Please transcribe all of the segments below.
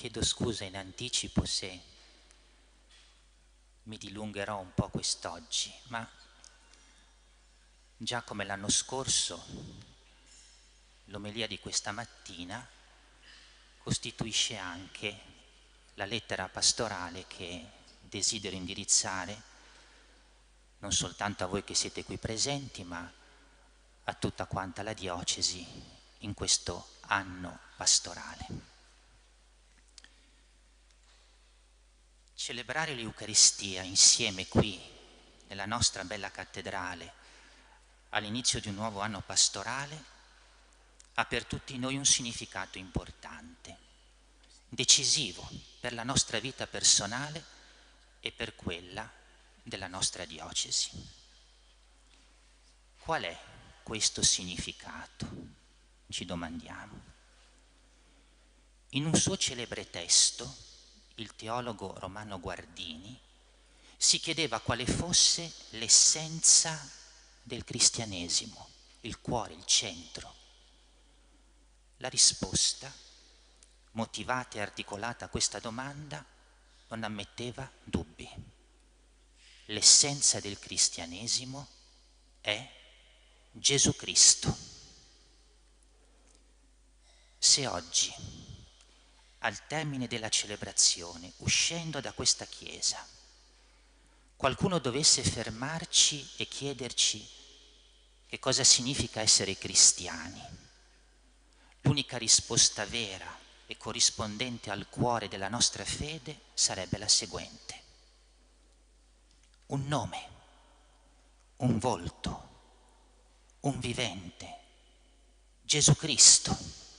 Chiedo scusa in anticipo se mi dilungherò un po' quest'oggi, ma già come l'anno scorso, l'omelia di questa mattina costituisce anche la lettera pastorale che desidero indirizzare non soltanto a voi che siete qui presenti, ma a tutta quanta la diocesi in questo anno pastorale. Celebrare l'Eucaristia insieme qui, nella nostra bella cattedrale, all'inizio di un nuovo anno pastorale, ha per tutti noi un significato importante, decisivo per la nostra vita personale e per quella della nostra diocesi. Qual è questo significato? Ci domandiamo. In un suo celebre testo, il teologo Romano Guardini si chiedeva quale fosse l'essenza del cristianesimo, il cuore, il centro. La risposta, motivata e articolata a questa domanda, non ammetteva dubbi. L'essenza del cristianesimo è Gesù Cristo. Se oggi, al termine della celebrazione, uscendo da questa chiesa, qualcuno dovesse fermarci e chiederci che cosa significa essere cristiani, l'unica risposta vera e corrispondente al cuore della nostra fede sarebbe la seguente: un nome, un volto, un vivente, Gesù Cristo.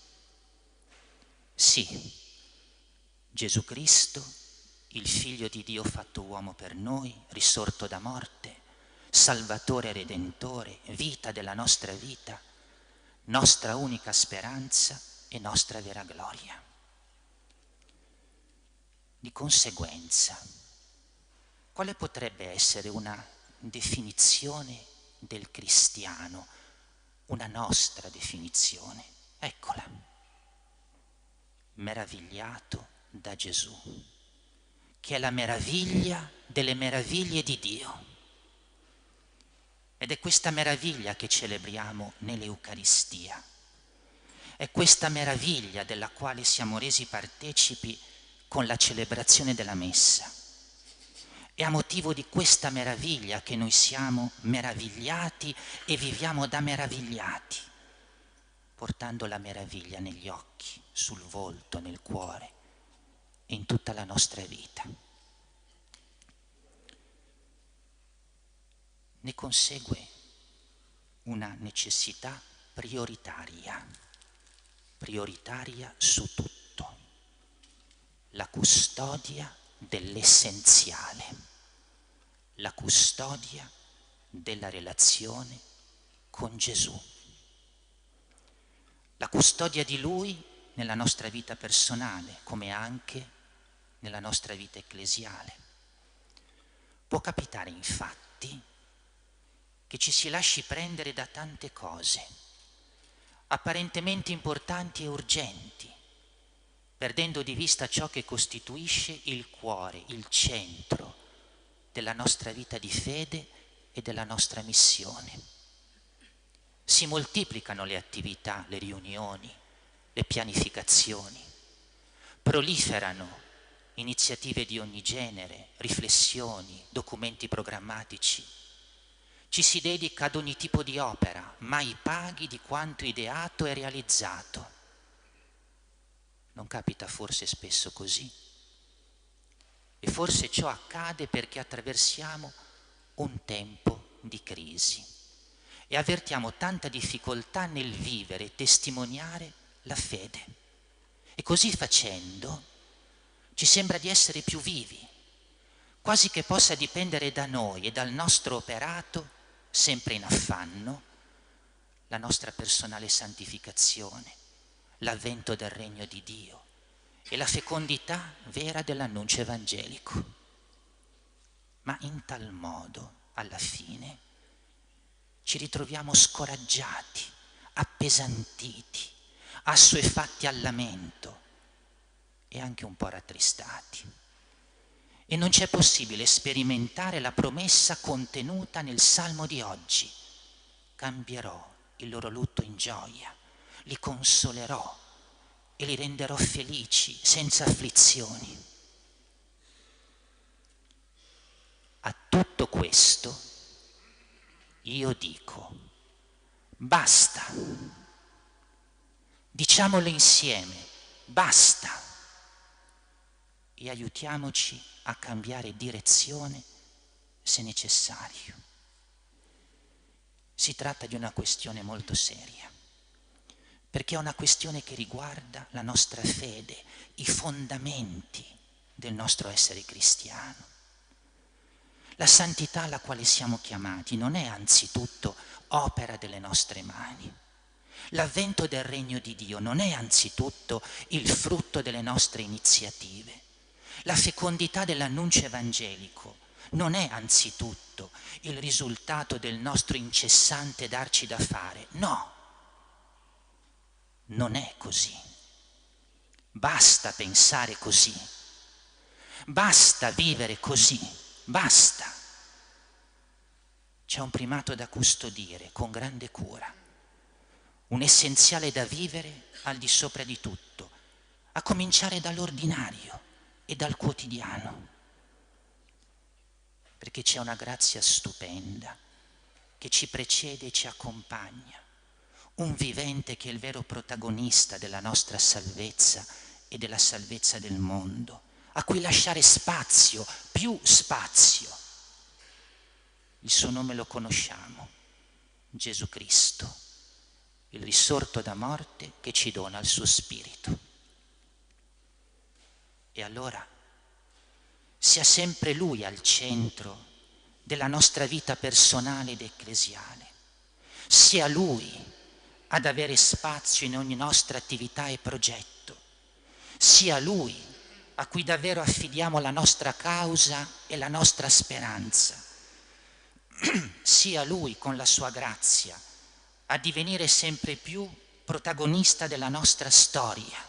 Sì, Gesù Cristo, il Figlio di Dio fatto uomo per noi, risorto da morte, Salvatore e Redentore, vita della nostra vita, nostra unica speranza e nostra vera gloria. Di conseguenza, quale potrebbe essere una definizione del cristiano, una nostra definizione? Eccola: meravigliato da Gesù, che è la meraviglia delle meraviglie di Dio. Ed è questa meraviglia che celebriamo nell'Eucaristia. È questa meraviglia della quale siamo resi partecipi con la celebrazione della Messa. È a motivo di questa meraviglia che noi siamo meravigliati e viviamo da meravigliati, portando la meraviglia negli occhi, sul volto, nel cuore e in tutta la nostra vita. Ne consegue una necessità prioritaria su tutto, la custodia dell'essenziale, la custodia della relazione con Gesù, la custodia di Lui nella nostra vita personale, come anche nella nostra vita ecclesiale. Può capitare infatti che ci si lasci prendere da tante cose, apparentemente importanti e urgenti, perdendo di vista ciò che costituisce il cuore, il centro della nostra vita di fede e della nostra missione. Si moltiplicano le attività, le riunioni, le pianificazioni, proliferano iniziative di ogni genere, riflessioni, documenti programmatici. Ci si dedica ad ogni tipo di opera, mai paghi di quanto ideato e realizzato. Non capita forse spesso così? E forse ciò accade perché attraversiamo un tempo di crisi e avvertiamo tanta difficoltà nel vivere e testimoniare la fede. E così facendo ci sembra di essere più vivi, quasi che possa dipendere da noi e dal nostro operato, sempre in affanno, la nostra personale santificazione, l'avvento del regno di Dio e la fecondità vera dell'annuncio evangelico. Ma in tal modo, alla fine, ci ritroviamo scoraggiati, appesantiti, assuefatti al lamento e anche un po' rattristati. E non c'è possibile sperimentare la promessa contenuta nel Salmo di oggi. Cambierò il loro lutto in gioia, li consolerò e li renderò felici senza afflizioni. A tutto questo io dico, basta. Diciamolo insieme, basta. E aiutiamoci a cambiare direzione se necessario. Si tratta di una questione molto seria, perché è una questione che riguarda la nostra fede, i fondamenti del nostro essere cristiano. La santità alla quale siamo chiamati non è anzitutto opera delle nostre mani. L'avvento del regno di Dio non è anzitutto il frutto delle nostre iniziative. La fecondità dell'annuncio evangelico non è anzitutto il risultato del nostro incessante darci da fare. No, non è così. Basta pensare così. Basta vivere così. Basta. C'è un primato da custodire con grande cura, un essenziale da vivere al di sopra di tutto, a cominciare dall'ordinario e dal quotidiano, perché c'è una grazia stupenda che ci precede e ci accompagna, un vivente che è il vero protagonista della nostra salvezza e della salvezza del mondo, a cui lasciare spazio, più spazio. Il suo nome lo conosciamo, Gesù Cristo, il risorto da morte che ci dona il suo spirito. E allora sia sempre Lui al centro della nostra vita personale ed ecclesiale, sia Lui ad avere spazio in ogni nostra attività e progetto, sia Lui a cui davvero affidiamo la nostra causa e la nostra speranza, sia Lui con la sua grazia a divenire sempre più protagonista della nostra storia.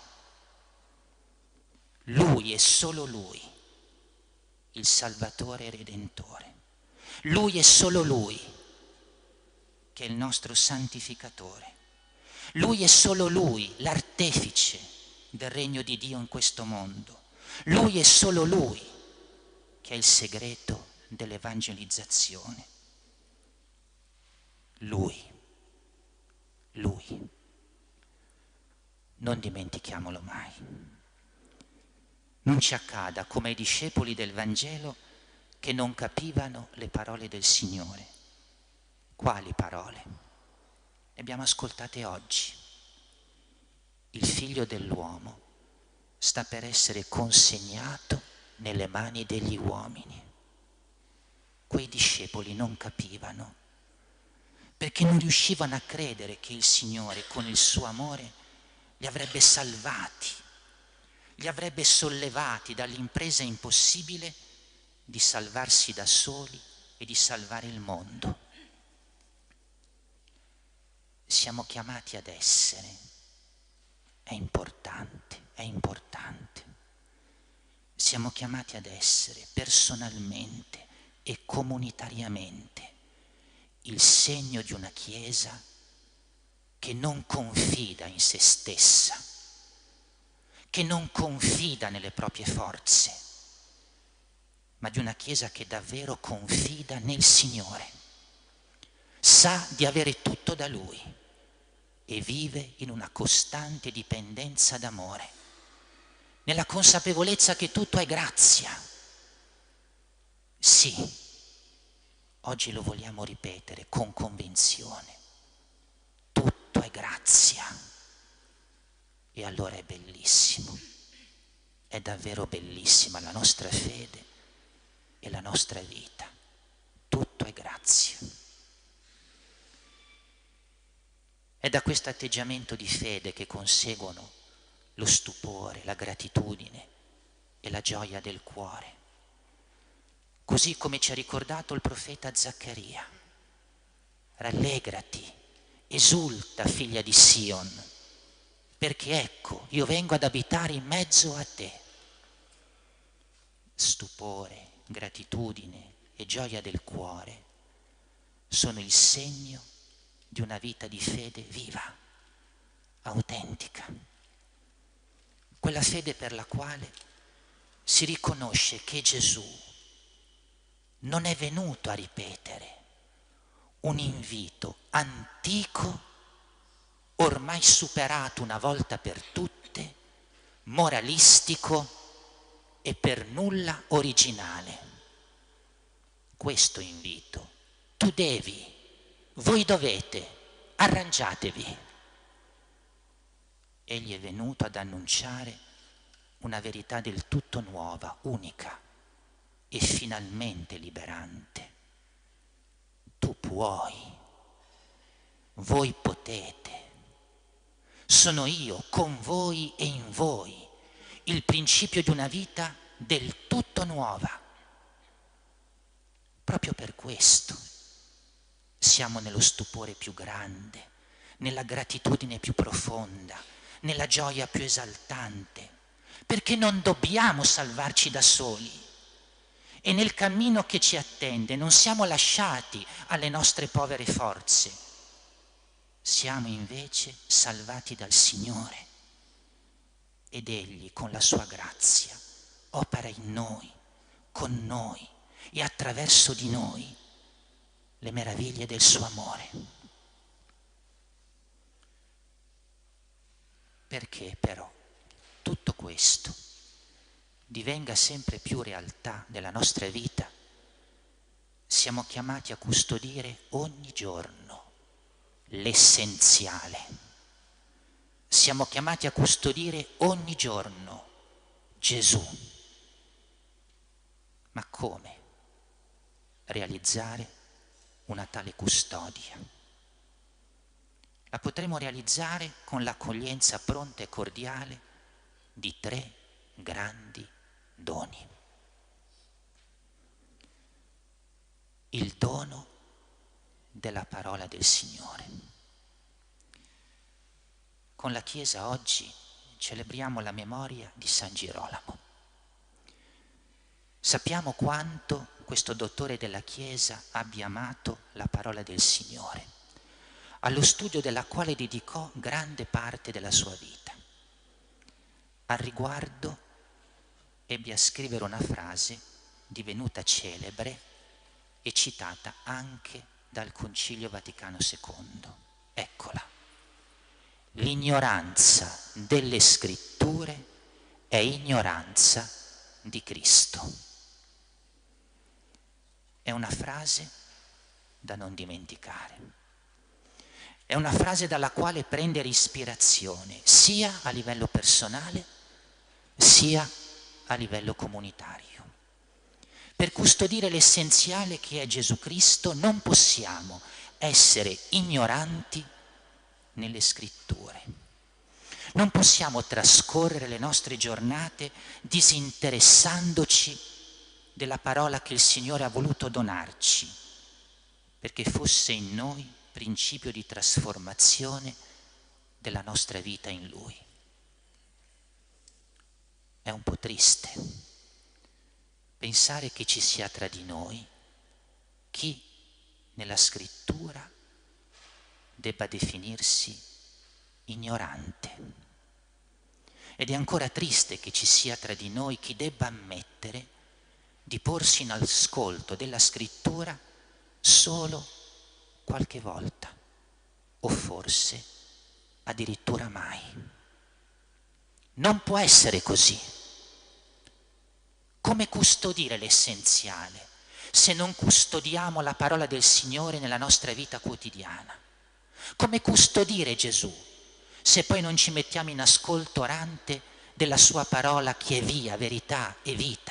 Lui e solo Lui, il Salvatore e Redentore. Lui e solo Lui, che è il nostro santificatore. Lui e solo Lui, l'artefice del regno di Dio in questo mondo. Lui e solo Lui, che è il segreto dell'evangelizzazione. Lui. Non dimentichiamolo mai. Non ci accada come ai discepoli del Vangelo che non capivano le parole del Signore. Quali parole? Le abbiamo ascoltate oggi. Il Figlio dell'uomo sta per essere consegnato nelle mani degli uomini. Quei discepoli non capivano, perché non riuscivano a credere che il Signore con il suo amore li avrebbe salvati, li avrebbe sollevati dall'impresa impossibile di salvarsi da soli e di salvare il mondo. Siamo chiamati ad essere, è importante, siamo chiamati ad essere personalmente e comunitariamente il segno di una Chiesa che non confida in se stessa, che non confida nelle proprie forze, ma di una Chiesa che davvero confida nel Signore, sa di avere tutto da Lui e vive in una costante dipendenza d'amore, nella consapevolezza che tutto è grazia. Sì, oggi lo vogliamo ripetere con convinzione, tutto è grazia. E allora è bellissimo, è davvero bellissima la nostra fede e la nostra vita. Tutto è grazia. È da questo atteggiamento di fede che conseguono lo stupore, la gratitudine e la gioia del cuore. Così come ci ha ricordato il profeta Zaccaria. Rallegrati, esulta, figlia di Sion, perché ecco, io vengo ad abitare in mezzo a te. Stupore, gratitudine e gioia del cuore sono il segno di una vita di fede viva, autentica. Quella fede per la quale si riconosce che Gesù non è venuto a ripetere un invito antico, ormai superato una volta per tutte, moralistico e per nulla originale. Questo invito: tu devi, voi dovete, arrangiatevi. Egli è venuto ad annunciare una verità del tutto nuova, unica e finalmente liberante. Tu puoi, voi potete, sono io con voi e in voi, il principio di una vita del tutto nuova. Proprio per questo siamo nello stupore più grande, nella gratitudine più profonda, nella gioia più esaltante, perché non dobbiamo salvarci da soli e nel cammino che ci attende non siamo lasciati alle nostre povere forze, siamo invece salvati dal Signore ed Egli con la sua grazia opera in noi, con noi e attraverso di noi le meraviglie del suo amore. Perché però tutto questo divenga sempre più realtà nella nostra vita, siamo chiamati a custodire ogni giorno l'essenziale. Siamo chiamati a custodire ogni giorno Gesù. Ma come realizzare una tale custodia? La potremo realizzare con l'accoglienza pronta e cordiale di 3 grandi doni. Il dono della parola del Signore. Con la Chiesa oggi celebriamo la memoria di San Girolamo. Sappiamo quanto questo dottore della Chiesa abbia amato la parola del Signore, allo studio della quale dedicò grande parte della sua vita. Al riguardo ebbe a scrivere una frase divenuta celebre e citata anche dal Concilio Vaticano II. Eccola: l'ignoranza delle scritture è ignoranza di Cristo. È una frase da non dimenticare. È una frase dalla quale prendere ispirazione sia a livello personale sia a livello comunitario. Per custodire l'essenziale che è Gesù Cristo non possiamo essere ignoranti nelle scritture. Non possiamo trascorrere le nostre giornate disinteressandoci della parola che il Signore ha voluto donarci, perché fosse in noi principio di trasformazione della nostra vita in Lui. È un po' triste pensare che ci sia tra di noi chi nella scrittura debba definirsi ignorante. Ed è ancora triste che ci sia tra di noi chi debba ammettere di porsi in ascolto della scrittura solo qualche volta, o forse addirittura mai. Non può essere così. Come custodire l'essenziale se non custodiamo la parola del Signore nella nostra vita quotidiana? Come custodire Gesù se poi non ci mettiamo in ascolto orante della sua parola che è via, verità e vita?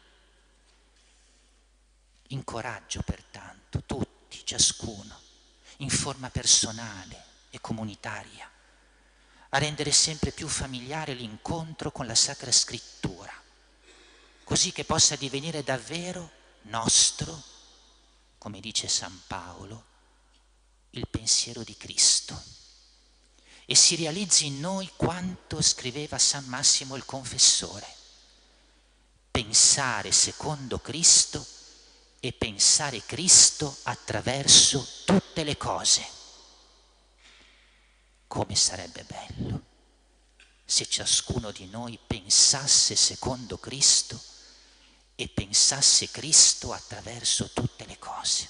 Incoraggio pertanto tutti, ciascuno, in forma personale e comunitaria, a rendere sempre più familiare l'incontro con la Sacra Scrittura, così che possa divenire davvero nostro, come dice San Paolo, il pensiero di Cristo. e si realizzi in noi quanto scriveva San Massimo il Confessore: pensare secondo Cristo e pensare Cristo attraverso tutte le cose. Come sarebbe bello se ciascuno di noi pensasse secondo Cristo e pensasse Cristo attraverso tutte le cose.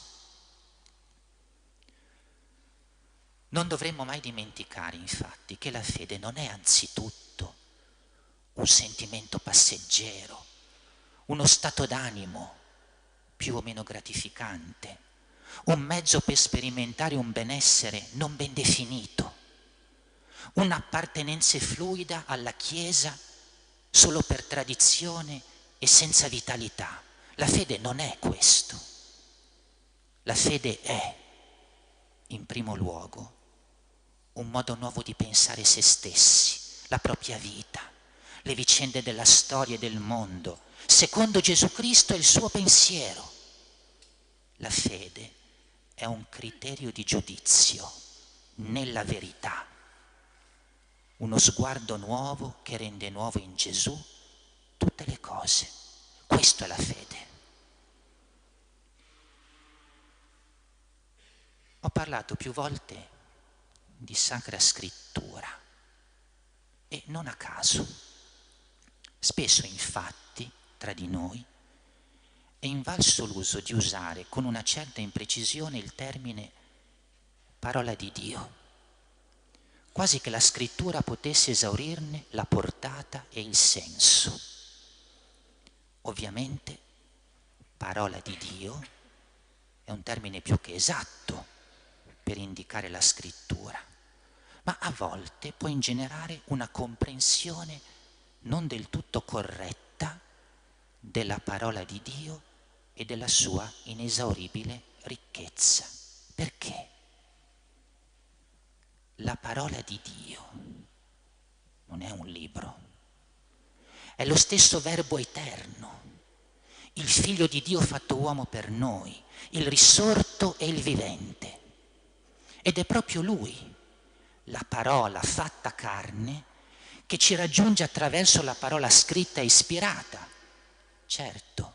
Non dovremmo mai dimenticare, infatti, che la fede non è anzitutto un sentimento passeggero, uno stato d'animo più o meno gratificante, un mezzo per sperimentare un benessere non ben definito, un'appartenenza fluida alla Chiesa solo per tradizione e senza vitalità. La fede non è questo. La fede è, in primo luogo, un modo nuovo di pensare se stessi, la propria vita, le vicende della storia e del mondo, secondo Gesù Cristo e il suo pensiero. La fede è un criterio di giudizio nella verità, uno sguardo nuovo che rende nuovo in Gesù tutte le cose. Questo è la fede. Ho parlato più volte di Sacra Scrittura e non a caso. Spesso, infatti, tra di noi è invalso l'uso di usare con una certa imprecisione il termine parola di Dio, quasi che la scrittura potesse esaurirne la portata e il senso. Ovviamente, parola di Dio è un termine più che esatto per indicare la scrittura, ma a volte può ingenerare una comprensione non del tutto corretta della parola di Dio e della sua inesauribile ricchezza. Perché? La parola di Dio non è un libro, è lo stesso Verbo eterno, il Figlio di Dio fatto uomo per noi, il risorto e il vivente. Ed è proprio Lui, la parola fatta carne, che ci raggiunge attraverso la parola scritta e ispirata, certo,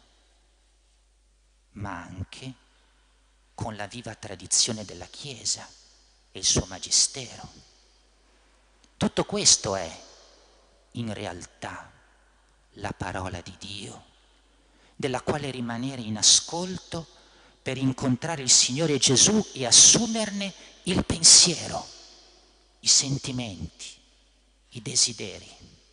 ma anche con la viva tradizione della Chiesa e il suo magistero. Tutto questo è, in realtà, la parola di Dio, della quale rimanere in ascolto per incontrare il Signore Gesù e assumerne il pensiero, i sentimenti, i desideri.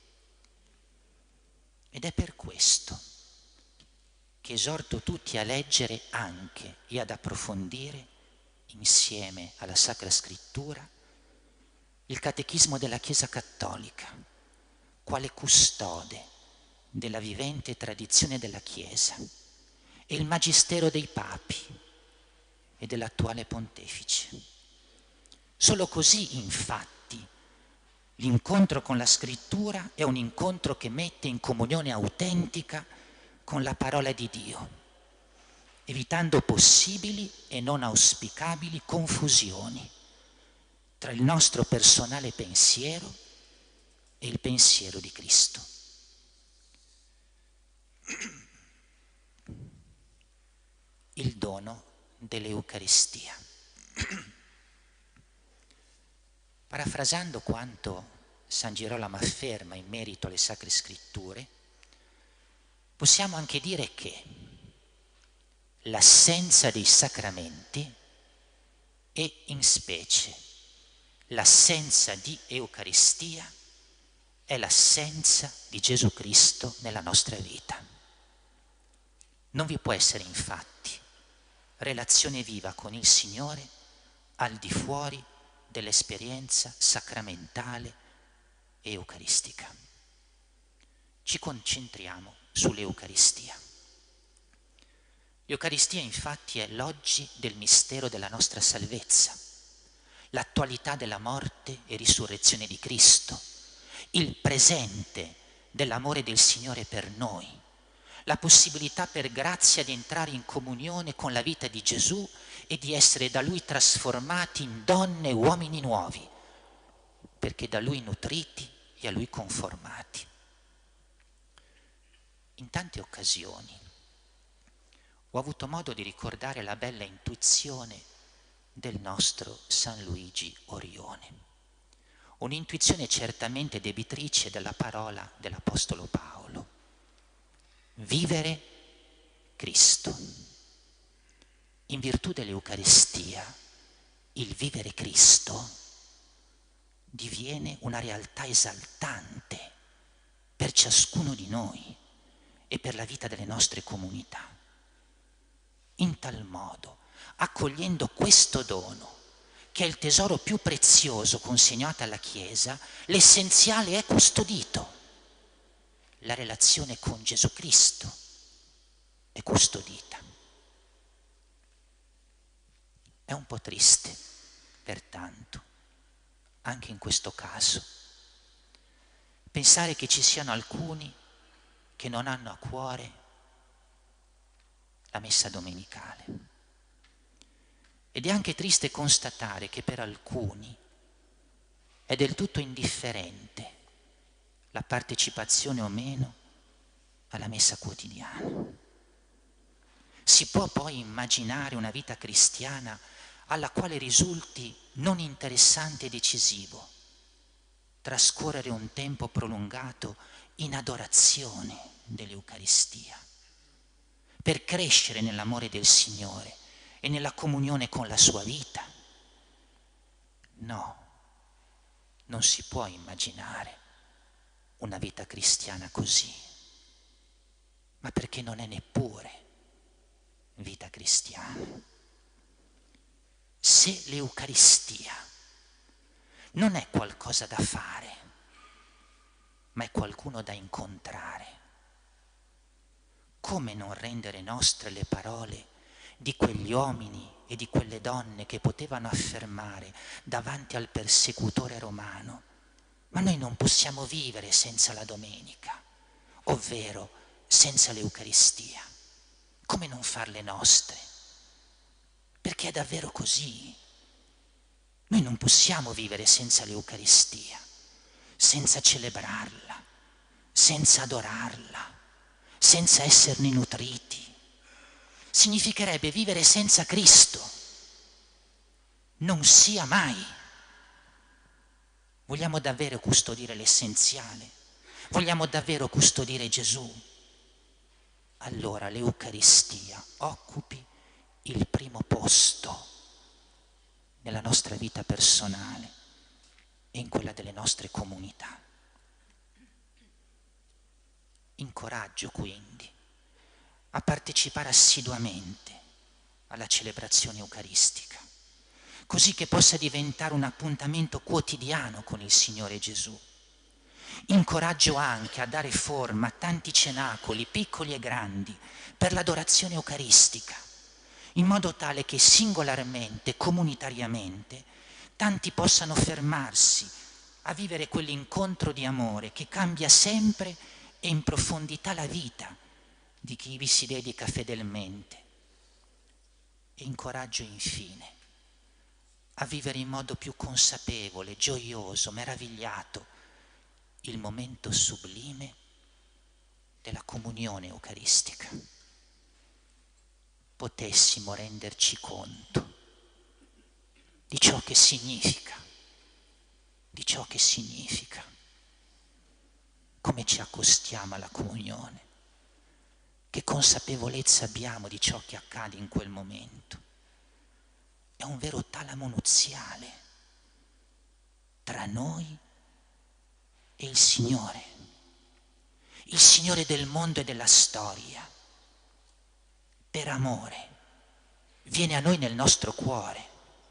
Ed è per questo che esorto tutti a leggere anche e ad approfondire, insieme alla Sacra Scrittura, il Catechismo della Chiesa Cattolica, quale custode della vivente tradizione della Chiesa, e il Magistero dei Papi e dell'attuale Pontefice. Solo così, infatti, l'incontro con la Scrittura è un incontro che mette in comunione autentica con la parola di Dio, evitando possibili e non auspicabili confusioni tra il nostro personale pensiero e il pensiero di Cristo. Il dono dell'Eucaristia. Parafrasando quanto San Girolamo afferma in merito alle Sacre Scritture, possiamo anche dire che l'assenza dei sacramenti e in specie l'assenza di Eucaristia è l'assenza di Gesù Cristo nella nostra vita. Non vi può essere infatti relazione viva con il Signore al di fuori dell'esperienza sacramentale e eucaristica. Ci concentriamo sull'Eucaristia. L'Eucaristia infatti è l'oggi del mistero della nostra salvezza, l'attualità della morte e risurrezione di Cristo, il presente dell'amore del Signore per noi, la possibilità per grazia di entrare in comunione con la vita di Gesù e di essere da Lui trasformati in donne e uomini nuovi, perché da Lui nutriti e a Lui conformati. In tante occasioni ho avuto modo di ricordare la bella intuizione del nostro San Luigi Orione, un'intuizione certamente debitrice della parola dell'Apostolo Paolo: vivere Cristo. In virtù dell'Eucaristia, il vivere Cristo diviene una realtà esaltante per ciascuno di noi e per la vita delle nostre comunità. In tal modo, accogliendo questo dono, che è il tesoro più prezioso consegnato alla Chiesa, l'essenziale è custodito. La relazione con Gesù Cristo è custodita. È un po' triste, pertanto, anche in questo caso, pensare che ci siano alcuni che non hanno a cuore la messa domenicale. Ed è anche triste constatare che per alcuni è del tutto indifferente la partecipazione o meno alla messa quotidiana. Si può poi immaginare una vita cristiana alla quale risulti non interessante e decisivo trascorrere un tempo prolungato in adorazione dell'Eucaristia, per crescere nell'amore del Signore e nella comunione con la sua vita? No, non si può immaginare una vita cristiana così, ma perché non è neppure vita cristiana. Se l'Eucaristia non è qualcosa da fare, ma è qualcuno da incontrare, come non rendere nostre le parole di quegli uomini e di quelle donne che potevano affermare davanti al persecutore romano: ma noi non possiamo vivere senza la domenica, ovvero senza l'Eucaristia. Come non farle nostre? Perché è davvero così. Noi non possiamo vivere senza l'Eucaristia, senza celebrarla, senza adorarla, senza esserne nutriti. Significherebbe vivere senza Cristo. Non sia mai. Vogliamo davvero custodire l'essenziale? Vogliamo davvero custodire Gesù? Allora l'Eucaristia occupi il primo posto nella nostra vita personale e in quella delle nostre comunità. Incoraggio quindi a partecipare assiduamente alla celebrazione eucaristica, così che possa diventare un appuntamento quotidiano con il Signore Gesù. Incoraggio anche a dare forma a tanti cenacoli, piccoli e grandi, per l'adorazione eucaristica, in modo tale che singolarmente, comunitariamente, tanti possano fermarsi a vivere quell'incontro di amore che cambia sempre e in profondità la vita di chi vi si dedica fedelmente. E incoraggio infine a vivere in modo più consapevole, gioioso, meravigliato il momento sublime della comunione eucaristica. Potessimo renderci conto di ciò che significa, come ci accostiamo alla comunione, che consapevolezza abbiamo di ciò che accade in quel momento. È un vero talamo nuziale tra noi e il Signore del mondo e della storia. Per amore viene a noi nel nostro cuore,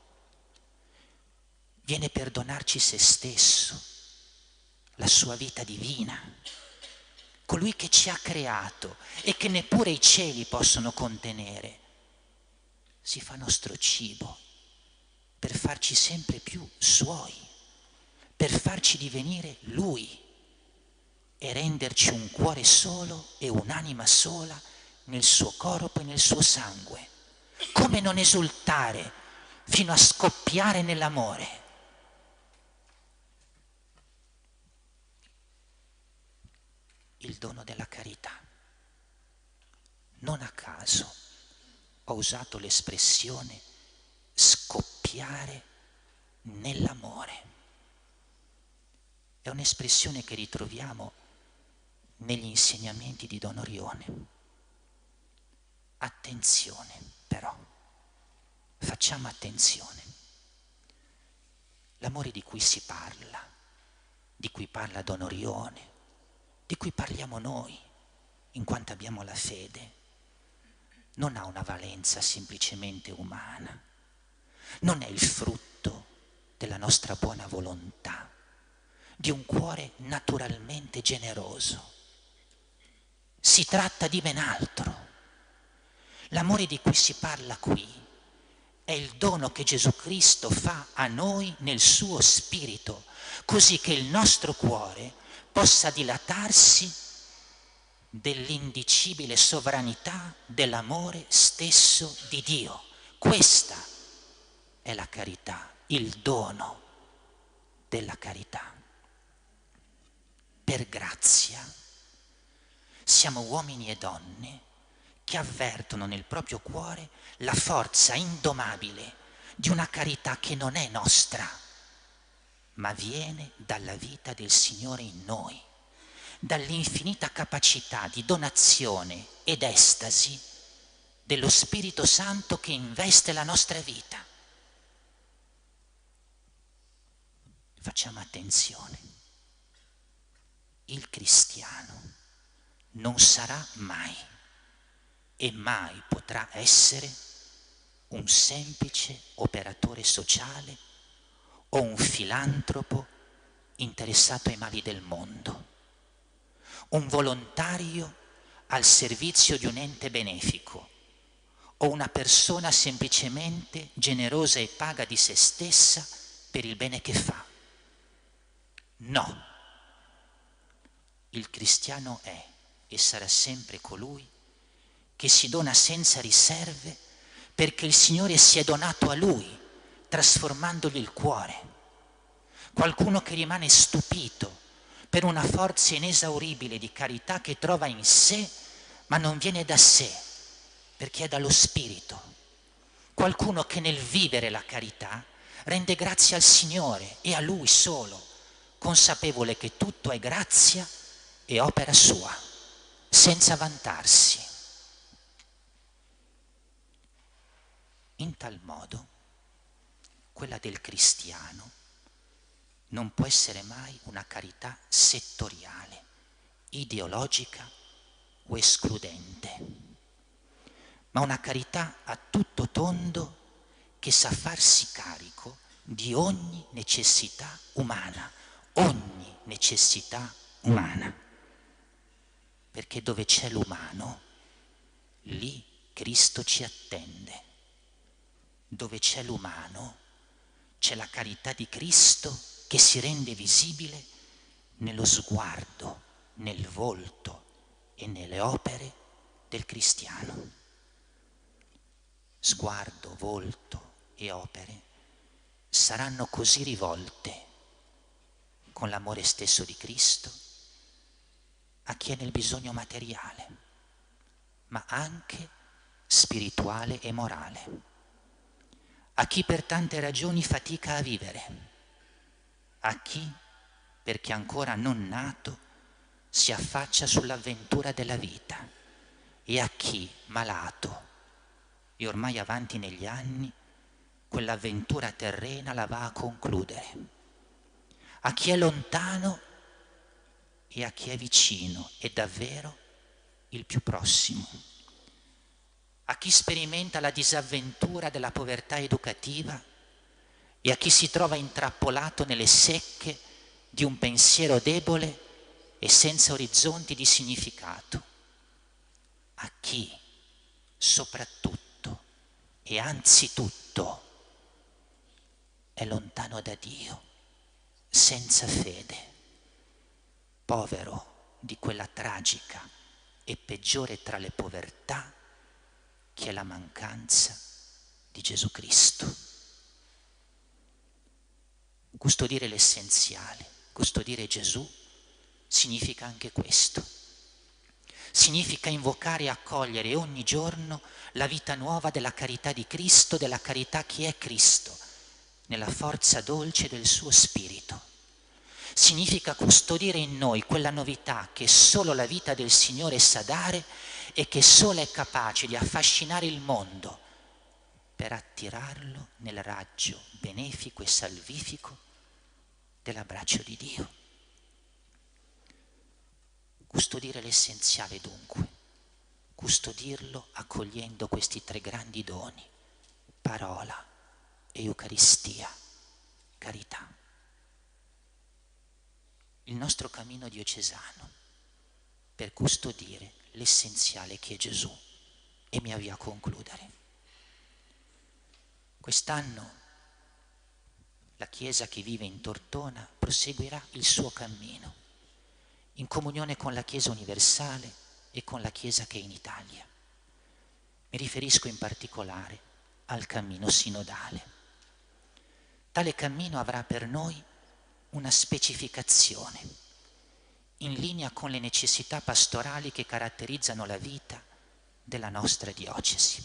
viene per donarci se stesso, la sua vita divina, colui che ci ha creato e che neppure i cieli possono contenere, si fa nostro cibo per farci sempre più suoi, per farci divenire Lui e renderci un cuore solo e un'anima sola nel suo corpo e nel suo sangue. Come non esultare fino a scoppiare nell'amore? il dono della carità. Non a caso ho usato l'espressione scoppiare nell'amore. È un'espressione che ritroviamo negli insegnamenti di Don Orione. Attenzione però, facciamo attenzione. L'amore di cui si parla, di cui parla Don Orione, di cui parliamo noi, in quanto abbiamo la fede, non ha una valenza semplicemente umana, non è il frutto della nostra buona volontà, di un cuore naturalmente generoso. Si tratta di ben altro. L'amore di cui si parla qui è il dono che Gesù Cristo fa a noi nel suo spirito, così che il nostro cuore possa dilatarsi dell'indicibile sovranità dell'amore stesso di Dio. Questa è la carità, il dono della carità. Per grazia siamo uomini e donne che avvertono nel proprio cuore la forza indomabile di una carità che non è nostra, ma viene dalla vita del Signore in noi, dall'infinita capacità di donazione ed estasi dello Spirito Santo che investe la nostra vita. Facciamo attenzione. Il cristiano non sarà mai e mai potrà essere un semplice operatore sociale o un filantropo interessato ai mali del mondo, un volontario al servizio di un ente benefico o una persona semplicemente generosa e paga di se stessa per il bene che fa. No, il cristiano è e sarà sempre colui che si dona senza riserve perché il Signore si è donato a lui, trasformandogli il cuore. Qualcuno che rimane stupito per una forza inesauribile di carità che trova in sé, ma non viene da sé, perché è dallo Spirito. Qualcuno che nel vivere la carità rende grazie al Signore e a Lui solo, consapevole che tutto è grazia e opera sua, senza vantarsi. In tal modo, quella del cristiano non può essere mai una carità settoriale, ideologica o escludente, ma una carità a tutto tondo che sa farsi carico di ogni necessità umana, ogni necessità umana. Perché dove c'è l'umano, lì Cristo ci attende. Dove c'è l'umano, c'è la carità di Cristo che si rende visibile nello sguardo, nel volto e nelle opere del cristiano. Sguardo, volto e opere saranno così rivolte con l'amore stesso di Cristo a chi è nel bisogno materiale, ma anche spirituale e morale, a chi per tante ragioni fatica a vivere, a chi, perché ancora non nato, si affaccia sull'avventura della vita, e a chi, malato e ormai avanti negli anni, quell'avventura terrena la va a concludere, a chi è lontano e a chi è vicino e davvero il più prossimo, a chi sperimenta la disavventura della povertà educativa e a chi si trova intrappolato nelle secche di un pensiero debole e senza orizzonti di significato, a chi soprattutto e anzitutto è lontano da Dio, senza fede, povero di quella tragica e peggiore tra le povertà che è la mancanza di Gesù Cristo. Custodire l'essenziale, custodire Gesù, significa anche questo, significa invocare e accogliere ogni giorno la vita nuova della carità di Cristo, della carità che è Cristo, nella forza dolce del suo Spirito. Significa custodire in noi quella novità che solo la vita del Signore sa dare e che sola è capace di affascinare il mondo per attirarlo nel raggio benefico e salvifico dell'abbraccio di Dio. Custodire l'essenziale dunque, custodirlo accogliendo questi tre grandi doni, parola, Eucaristia, carità. Il nostro cammino diocesano per custodire l'essenziale che è Gesù. E mi avvio a concludere. Quest'anno la Chiesa che vive in Tortona proseguirà il suo cammino in comunione con la Chiesa universale e con la Chiesa che è in Italia. Mi riferisco in particolare al cammino sinodale. Tale cammino avrà per noi una specificazione, in linea con le necessità pastorali che caratterizzano la vita della nostra diocesi.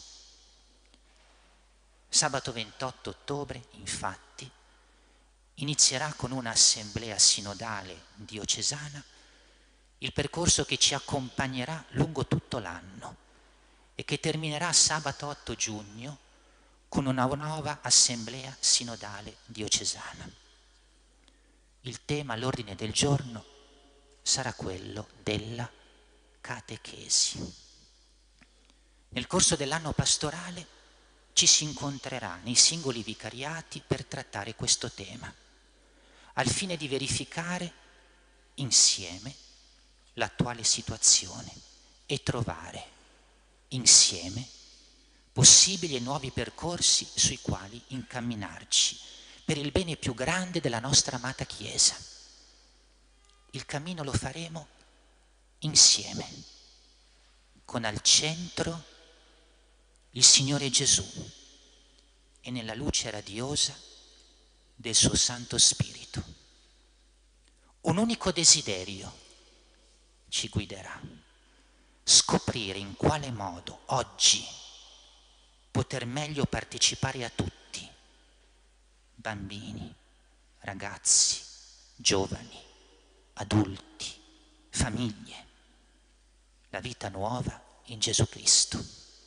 Sabato 28 ottobre, infatti, inizierà con un'assemblea sinodale diocesana il percorso che ci accompagnerà lungo tutto l'anno e che terminerà sabato 8 giugno con una nuova assemblea sinodale diocesana. Il tema all'ordine del giorno sarà quello della catechesi. Nel corso dell'anno pastorale ci si incontrerà nei singoli vicariati per trattare questo tema, al fine di verificare insieme l'attuale situazione e trovare insieme possibili e nuovi percorsi sui quali incamminarci per il bene più grande della nostra amata Chiesa. Il cammino lo faremo insieme, con al centro il Signore Gesù e nella luce radiosa del suo Santo Spirito. Un unico desiderio ci guiderà: scoprire in quale modo oggi poter meglio partecipare a tutti, bambini, ragazzi, giovani, adulti, famiglie, la vita nuova in Gesù Cristo.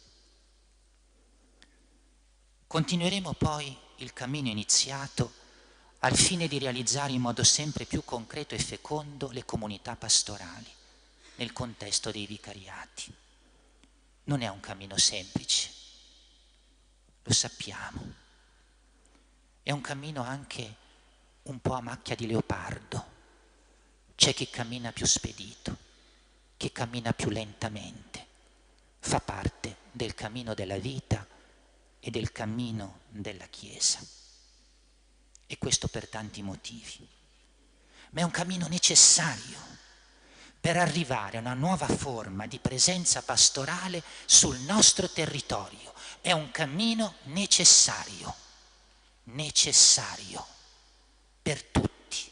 Continueremo poi il cammino iniziato al fine di realizzare in modo sempre più concreto e fecondo le comunità pastorali nel contesto dei vicariati. Non è un cammino semplice, lo sappiamo. È un cammino anche un po' a macchia di leopardo. C'è chi cammina più spedito, chi cammina più lentamente. Fa parte del cammino della vita e del cammino della Chiesa. E questo per tanti motivi. Ma è un cammino necessario per arrivare a una nuova forma di presenza pastorale sul nostro territorio. È un cammino necessario per tutti.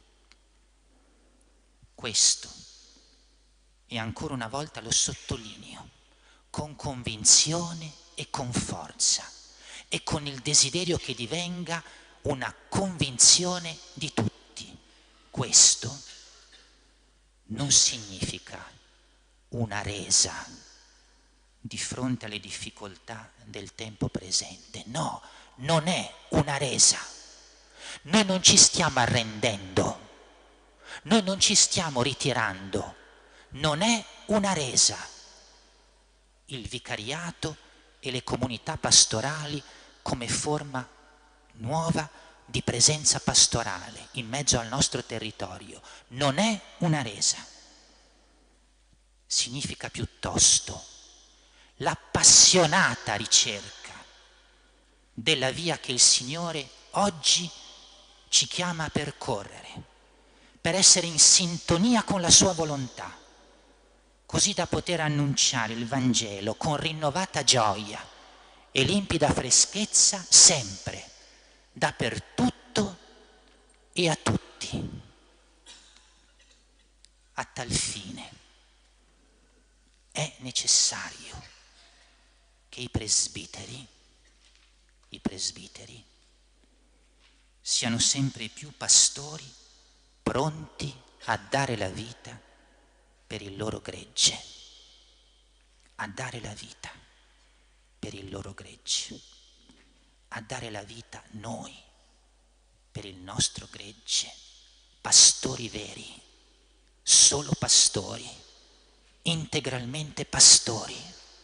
Questo, e ancora una volta lo sottolineo, con convinzione e con forza, e con il desiderio che divenga una convinzione di tutti. Questo non significa una resa di fronte alle difficoltà del tempo presente. No, non è una resa. Noi non ci stiamo arrendendo, noi non ci stiamo ritirando, non è una resa. Il vicariato e le comunità pastorali come forma nuova di presenza pastorale in mezzo al nostro territorio non è una resa. Significa piuttosto l'appassionata ricerca della via che il Signore oggi ci chiama a percorrere, per essere in sintonia con la sua volontà, così da poter annunciare il Vangelo con rinnovata gioia e limpida freschezza sempre, dappertutto e a tutti. A tal fine È necessario che i presbiteri siano sempre più pastori pronti a dare la vita per il loro gregge, a dare la vita per il loro gregge, a dare la vita noi per il nostro gregge, pastori veri, solo pastori, integralmente pastori,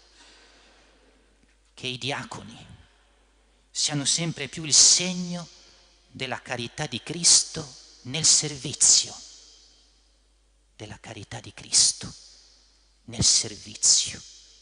che i diaconi siano sempre più il segno della carità di Cristo nel servizio, della carità di Cristo nel servizio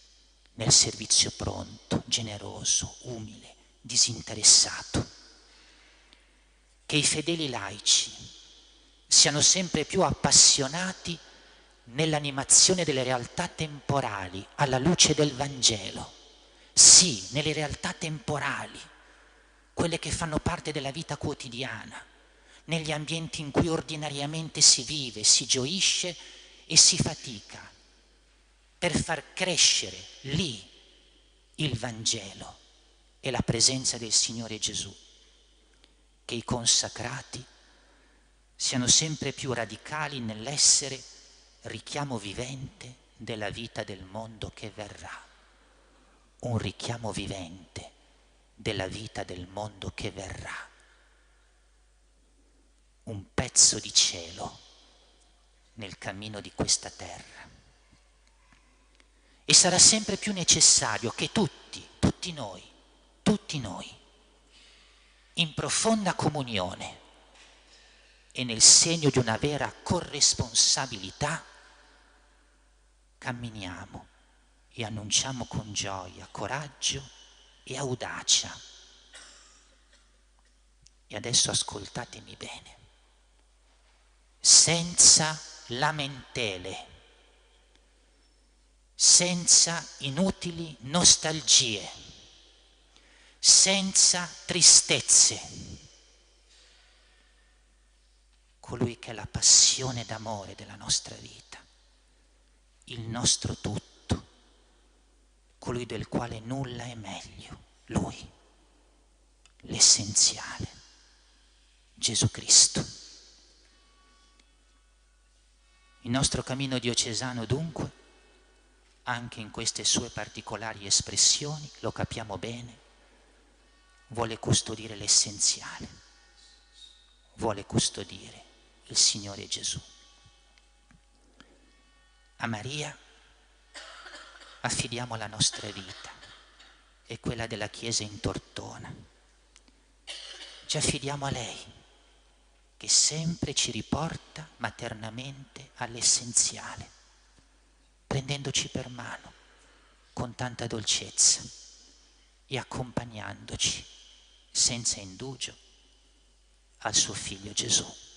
pronto, generoso, umile, disinteressato. Che i fedeli laici siano sempre più appassionati nell'animazione delle realtà temporali alla luce del Vangelo. Sì, nelle realtà temporali, quelle che fanno parte della vita quotidiana, negli ambienti in cui ordinariamente si vive, si gioisce e si fatica, per far crescere lì il Vangelo e la presenza del Signore Gesù. Che i consacrati siano sempre più radicali nell'essere richiamo vivente della vita del mondo che verrà, un richiamo vivente della vita del mondo che verrà, un pezzo di cielo nel cammino di questa terra. E sarà sempre più necessario che tutti noi, in profonda comunione e nel segno di una vera corresponsabilità, camminiamo e annunciamo con gioia, coraggio e audacia. E adesso ascoltatemi bene, senza lamentele, senza inutili nostalgie, senza tristezze. Colui che è la passione d'amore della nostra vita, il nostro tutto, colui del quale nulla è meglio, lui, l'essenziale, Gesù Cristo. Il nostro cammino diocesano dunque, anche in queste sue particolari espressioni, lo capiamo bene, vuole custodire l'essenziale, vuole custodire il Signore Gesù. A Maria affidiamo la nostra vita e quella della Chiesa in Tortona. Ci affidiamo a lei, che sempre ci riporta maternamente all'essenziale, prendendoci per mano con tanta dolcezza e accompagnandoci senza indugio al suo Figlio Gesù.